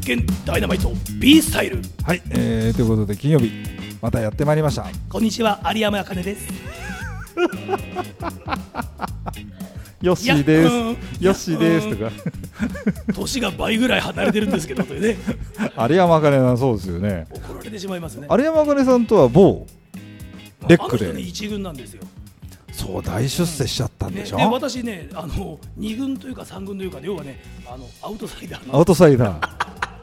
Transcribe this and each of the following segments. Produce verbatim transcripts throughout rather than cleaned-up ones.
見ダイナマイト B スタイル。 はい、えー、ということで金曜日またやってまいりました。 こんにちは、有山茜です。 ヨッシーですヨッシーですとか年が倍ぐらい離れてるんですけどというね有山茜さん、そうですよね。 怒られてしまいますね。 有山茜さんとは某レックで、 あの人ね一軍なんですよ。 そう、大出世しちゃったんでしょ、 ね、で私ね、あのに軍というかさん軍というか、ね、要はね、あのアウトサイダーのアウトサイダー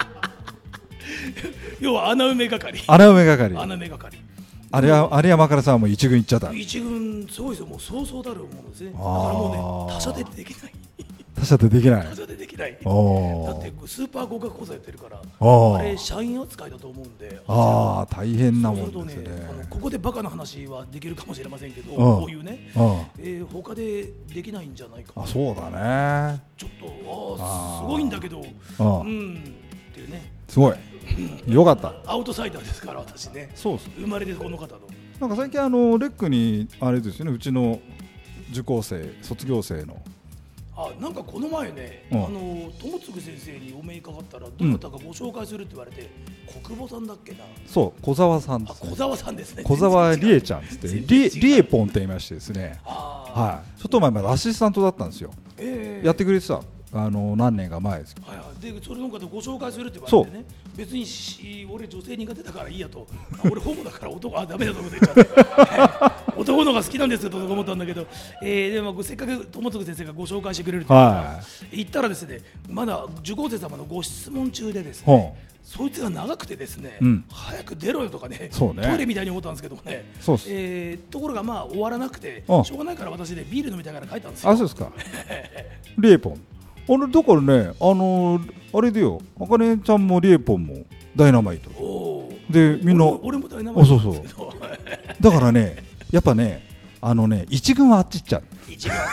要は穴埋め係穴埋め係穴埋め係有山有山茜さんはもう一軍行っちゃった。 一軍すごいですよ。もうそうそうたるものですね。だからもうね、他社でできない他社でできない他社でできないだってスーパー合格講座やってるから、あれ社員扱いだと思うんで、 ああ大変なもんですね。 ね、あのここでバカな話はできるかもしれませんけど、こういうね、えー、他でできないんじゃないか。 あ、そうだね。 ちょっとあすごいんだけど、うんっていうね。 すごいよかった。 アウトサイダーですから私ね。そうです。生まれてこの方のなんか最近あのレックにあれですよね、うちの受講生卒業生のあ、なんかこの前ね、うん、あの友次先生にお目にかかったらどなたかご紹介するって言われて、うん、国母さんだっけな。 そう小沢さんです、ね、 小沢さんですね。小沢理恵ちゃんってリリエポンって言いましてですね、はい、ちょっと前までアシスタントだったんですよ、えー、やってくれてた。あの何年か前ですけど、はいはい、でそれの方ご紹介するって言われてね、別にし俺女性苦手だからいいやと俺ホモだから男あダメだと思って言っちゃって男のが好きなんですよと思ったんだけど、えー、でもせっかく友次先生がご紹介してくれるって言ったら、はい、言ったらですね、まだ受講生様のご質問中でですね、そいつが長くてですね、うん、早く出ろよとか ね, ねトイレみたいに思ったんですけどもね、えー、ところがまあ終わらなくてしょうがないから私でビール飲みたいから帰ったんですよ。 あ、そうですかリエポンあれだからね、あのー、あれでよ、あかねちゃんもリエポンもダイナマイトでみんな俺, 俺もダイナマイトなんですけど、そうそうだからね、やっぱね、あのね、一軍はあっち行っちゃう。 一軍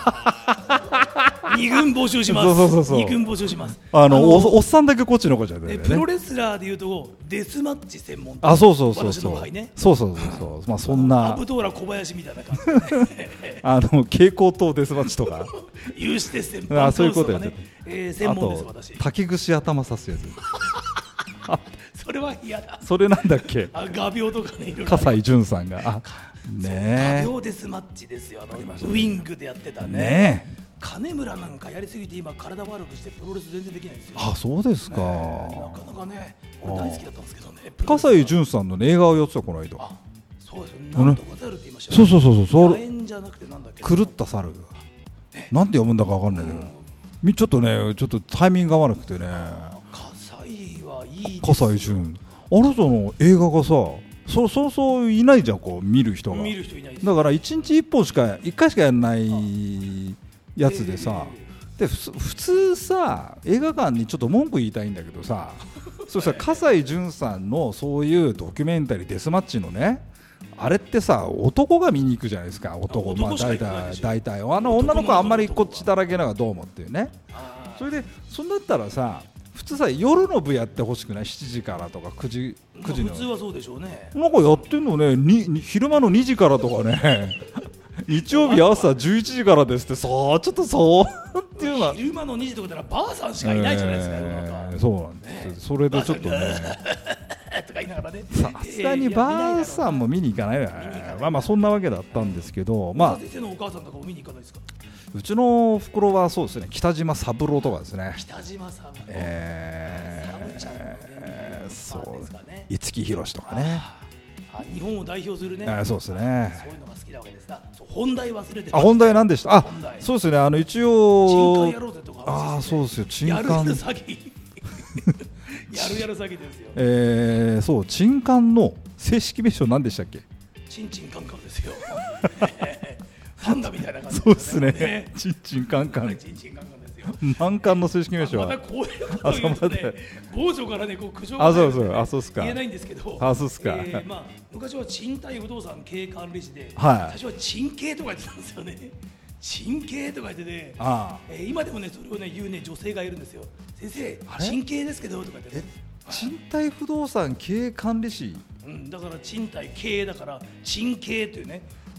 二軍募集します。そうそうそうそう、二軍募集します。 あの お, おっさんだけこっちの子じゃね、 プロレスラーでいうとデスマッチ専門。 あ、そうそうそうそう。 私の場合ね。 そうそうそうそう。まあそんな。 アブドーラ小林みたいな感じで。 あの蛍光灯デスマッチとか。 有刺鉄線。あ、 そういうことやって。 えー、専門です私。 竹串頭刺すやつ。 それは嫌だ。 それなんだっけ。 あ、画鋲とかね。 笠井淳さんが。あ、ねえ。画鋲デスマッチですよ。あのウイングでやってたね。 ねえ。 金村なんかやりすぎて今体悪くしてプロレス全然できないんですよ。 あ、そうですか。 ね、なかなかね、俺大好きだったんですけどね。 笠井淳さんの、ね、映画をやってたこの間。 あ、そうですよ。なんとか猿って言いましたよね。そうそうそうそう。 野猿じゃなくてなんだっけ。 狂った猿。ね、なんて読むんだかわかんないけど、うん、ちょっとね、ちょっとタイミングが悪くてね。 笠井はいいですよ。 笠井淳。あなたの映画がさ。そうそうそういないじゃん、こう見る人が。 見る人いないです。 だから一日一本しか一回しかやらないやつでさ、えー、で普通さ映画館にちょっと文句言いたいんだけどさそしたら笠井淳さんのそういうドキュメンタリーデスマッチのね、あれってさ男が見に行くじゃないですか。男、 男まあ大体大体あの女の子はあんまりこっちだらけながらどうもっていうね。それでそんだったらさ普通さ夜の部やってほしくない？しちじからとかくじ、くじの。 普通はそうでしょうね。 なんかやってんのね、に昼間のにじからとかね日曜日朝じゅういちじからですって、そうちょっとそうっていうのは昼間のにじとかだったらばあさんしかいないじゃないですか、 えー、そうなんです、ね、それでちょっとねとか言いながらね、 さすがにばあさんも見に行かないよね。まあまあそんなわけだったんですけど、まあ先生のお母さんとかも見に行かないですか？ うちの袋はそうですね、北島三郎とかですね。 北島三郎、 えー、そうですね、五木ひろしとかね。 あ、日本を代表するね。 あ、そうですね。 そういうのが好きなわけですな。そう、本題忘れて。 あ、本題なんでした。あ、そうですね。あの一応。 鎮館やろうぜとか。 あ、そうですよ。鎮館。 やるやる詐欺。やるやる詐欺ですよ。 えー、そう鎮館の正式名称何でしたっけ？ チンチンカンカンですよ。パンダみたいな感じ。 そうですね。チンチンカンカン。 チンチンカンカンですよ。 満館の正式名称は。 またこういうこと言うとね、某所からね、こう苦情が言えないんですけど。 あ、そうですか。 えー、まあ昔は賃貸不動産経営管理士で、 はい、 最初は賃経とか言ってたんですよね。賃経とか言ってて、 ああ、 えー、今でもねそれをね言うね女性がいるんですよ。先生、賃経ですけどとか言ってね。 賃貸不動産経営管理士。 うん、だから賃貸経営だから賃経というね。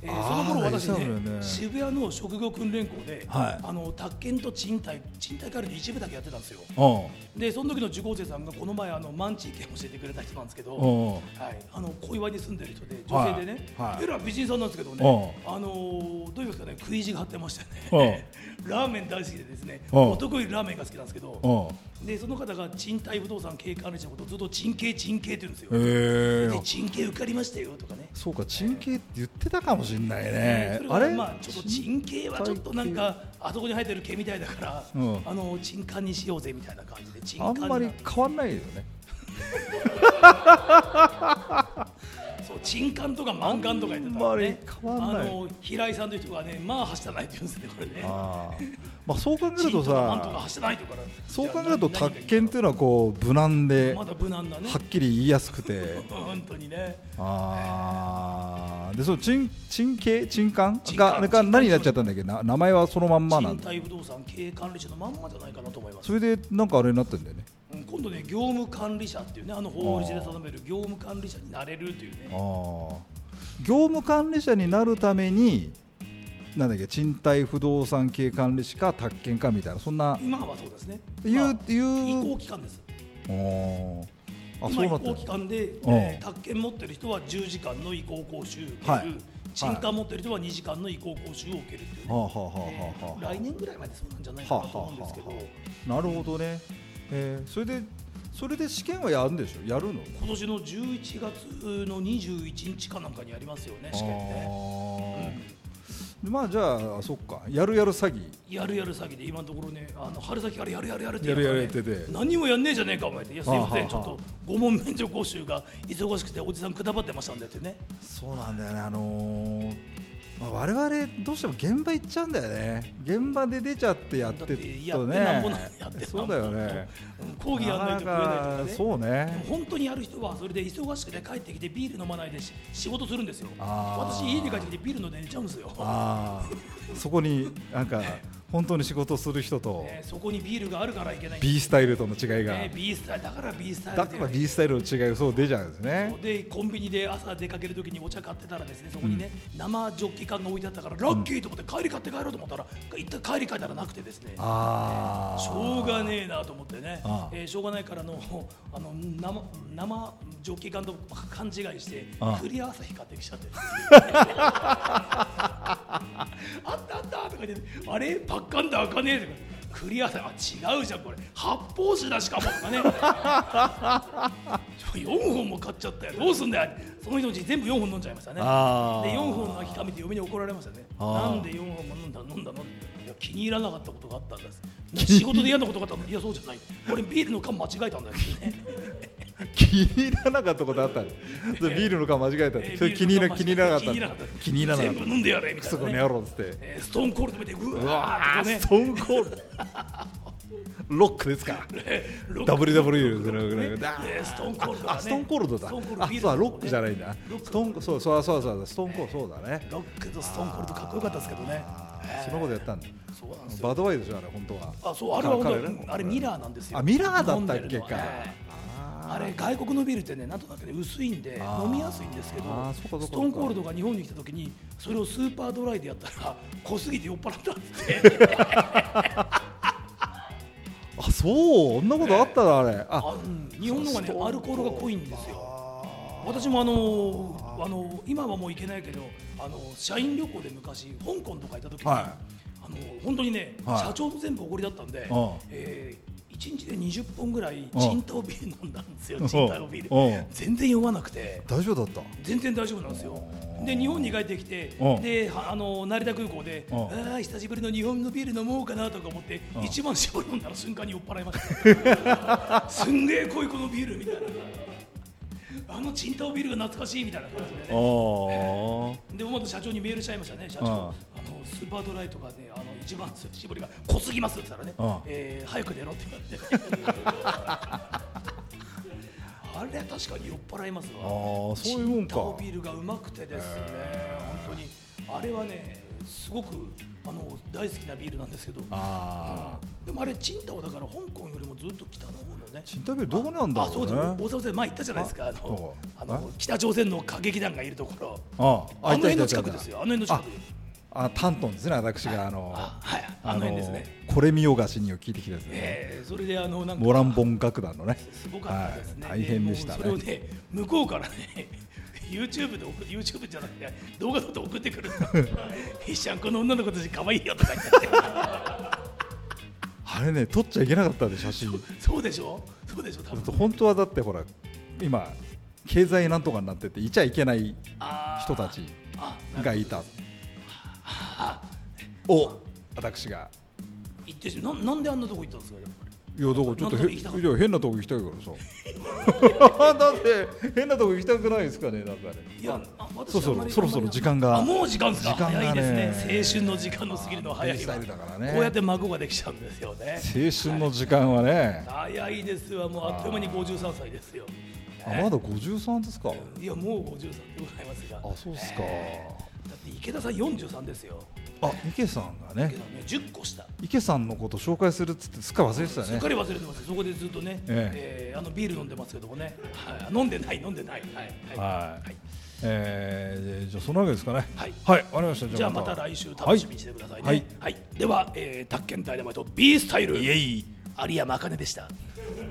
えー、その頃私ね、ね渋谷の職業訓練校で、はい、あの宅建と賃貸賃貸管理の一部だけやってたんですよ。でその時の受講生さんがこの前あのマンチー系教えてくれた人なんですけど、はい、あの小岩に住んでる人で女性でね、はいはい、えらい美人さんなんですけどね、あのー、どういうですかね、食い意地が張ってましたよね。ラーメン大好きでですね、お得意ラーメンが好きなんですけど、でその方が賃貸不動産経営管理者のことをずっと賃経賃経って言うんですよ。で賃経受かりましたよとかね。 そうか、賃経って言ってたかもしれないね。えー、 あれ、まあちょっと賃経はちょっとなんかあそこに生えてる毛みたいだから、うん、あの賃管にしようぜみたいな感じで賃管あんまり変わんないよね。 そう賃管とか満管とか言ってたらね、 あの平井さんという人がね、まあ走ってないって言うんですね、これね。 あ、まあ、そう考えるとさ、そう考えると宅建っていうのはこう無難で、 まだ無難だね、 はっきり言いやすくて本当にね。 あでその賃賃経賃管がが何になっちゃったんだっけな、名前はそのまんまなんだ。 賃貸不動産経営管理者のまんまじゃないかなと思います。 それでなんかあれになってるんだよね。 今度ね、業務管理者っていうね、あの法律で定める業務管理者になれるというね。あ業務管理者になるためになんだっけ、賃貸不動産経営管理士か宅建かみたいな、そんな今はそうですね。 いう、まあ、 いう移行期間です。あ今移行期間で、えー、宅建持ってる人はじゅうじかんの移行講習を受ける、はい、賃貸持ってる人はにじかんの移行講習を受けるっていうね、はあはあはあ、来年ぐらいまでそうなんじゃないかなと思うんですけど、はあはあはあ、なるほどね。 えー、それでそれで試験はやるんでしょ、やるの？ 今年のじゅういちがつのにじゅういちにちかなんかにやりますよね、試験ね。 うん、まあじゃあそっか、やるやる詐欺やるやる詐欺で今のところね、あの春先からやるやるやるってやるやるやってて、 何もやんねえじゃねえかお前って、いやすいません、ちょっとご問免除講習が忙しくておじさんくたばってましたんでってね。 そうなんだよね、あのーまあ、我々どうしても現場行っちゃうんだよね。現場で出ちゃってやってるとね、そうだよね、 講義やんないと食えないとかね。 そうね、 本当にやる人はそれで忙しくて帰ってきてビール飲まないで仕事するんですよ。私家に帰ってきてビール飲んで寝ちゃうんですよ。 あそこになんか本当に仕事する人と、 えー、そこにビールがあるからいけない。 B スタイルとの違いが、 えー、B スタイルだから B スタイルだから B スタイルの違いがそう出ちゃうんですね。 でコンビニで朝出かけるときにお茶買ってたらですね、そこにね、うん、生ジョッキ缶が置いてあったからラッキーと思って帰り買って帰ろうと思ったら、うん、一旦帰り帰ったらなくてですね、あ、えー、しょうがねえなと思ってね、あ、えー、しょうがないからのあの 生, 生ジョッキ缶と勘違いしてクリア朝日買ってきちゃってあったあったとか言って、あれパッカンで開かねえとか、クリアさ、あ違うじゃんこれ発泡酒だしかもとかねよんほんも買っちゃったよ、どうすんだよ。その人のうち全部よんほん飲んじゃいましたね。でよんほんの空き缶見て嫁に怒られましたね。なんでよんほんも飲んだ飲んだの、いや気に入らなかったことがあったんです。仕事で嫌なことがあったの。いやそうじゃない、これビールの缶間違えたんだよね気に入らなかったことあったんです。ビールの缶間違えたって、えー、それ気に入ら気に入らなかった。気に入らなかった。 全部飲んでやれみたいな、ね。クソこの野郎っつって、 えー、ストーンコールド見てうわー、ね、ストーンコールドロックですか。ダブリューダブリューストーンコールドだね。 ストーンコールドだ。あ、そうロックじゃないんだ。ストーンそうそうそうそうストーンコールドそうだね。 ロックとストーンコールドかっこよかったですけどね。 そのことやったんだ。そうなんですよ。バドワイでしょあれ本当は。 あ、そうあれは本当あれミラーなんですよ。 あ、ミラーだったっけか。 あれ外国のビールってね、なんとなくね薄いんで飲みやすいんですけど、ストーンコールドが日本に来た時にそれをスーパードライでやったら濃すぎて酔っ払ったんってあ、そう、そんなことあったな、あれ。あ、 あ、うん、日本の方がねアルコールが濃いんですよ。私もあのあの今はもう行けないけど、あの社員旅行で昔香港とか行った時に、はい、あの本当にね、はい、社長と全部おごりだったんで、えーいちにちでにじゅっぽんぐらいチンタオビール飲んだんですよ。チンタオビール全然酔わなくて大丈夫だった。 全然大丈夫なんですよ。で日本に帰ってきて、であの成田空港であ久しぶりの日本のビール飲もうかなとか思って一番搾り飲んだら瞬間に酔っ払いましたすんげえ濃いこのビールみたいな、あのチンタオビールが懐かしいみたいな感じでね。でまた社長にメールしちゃいましたね。社長、あのスーパードライとかで、ね、あの一番搾りが濃すぎますって言ったらね、えー、早く寝ろって言われてあれ確かに酔っ払いますわ。 あ、そういうもんか。 チンタオビールがうまくてですね、本当にあれはねすごくあの大好きなビールなんですけど、 あ、 うん、でもあれチンタオだから香港よりもずっと北の方のね。 チンタオビールどこなんだろうね。あ、そうです。 大沢さん前言ったじゃないですか、あのあの北朝鮮の歌劇団がいるところ、 ああ、 あの辺の近くですよ。あの辺の近く。 あ、タントンですね、私があの、 はい、あの辺ですね。 これ見よがしにを聞いてきたやつね。 えー、それであのなんかモランボン楽団のね。 すごかったですね。 大変でしたね。 それをね、向こうからね。YouTube で送 YouTube じゃなくて動画撮って送ってくる「一緒この女の子たち可愛いよ」とか言ってあれね、撮っちゃいけなかったで写真。 そうでしょ、そうでしょ。多分本当はだってほら今経済なんとかになってていちゃいけない人たちがいたを私が言ってしまう。な、なんであんなとこ行ったんですか。 いや、だからちょっとへいや変なとこ行きたいからさだって変なとこ行きたくないですかね。なんかね、 いや、 そろそろそろそろ時間が、 もう時間ですか。 時間がね、 早いですね。青春の時間の過ぎるのは早い。 スタイルだからね。 こうやって孫ができちゃうんですよね。 青春の時間はね、 早いですわ。もうあっという間にごじゅうさんさいですよ。 あ、まだごじゅうさんですか。 いや、もうごじゅうさんでございますが。 あ、そうですか。だって池田さんよんじゅうさんですよ。 あ、池さんがね、 じゅっこ下。 池さんのこと紹介するっつってすっかり忘れてたね。 すっかり忘れてます。そこでずっとね、ええー、あのビール飲んでますけどもね、はい、飲んでない飲んでない。はいはいはい。 えー、じゃあそのわけですかね。 はい、 はい、わかりました。 じゃあまた来週楽しみにしてくださいね。はい、はい、では、えー、宅建ダイナマイト B スタイル、イエイ有山茜でした。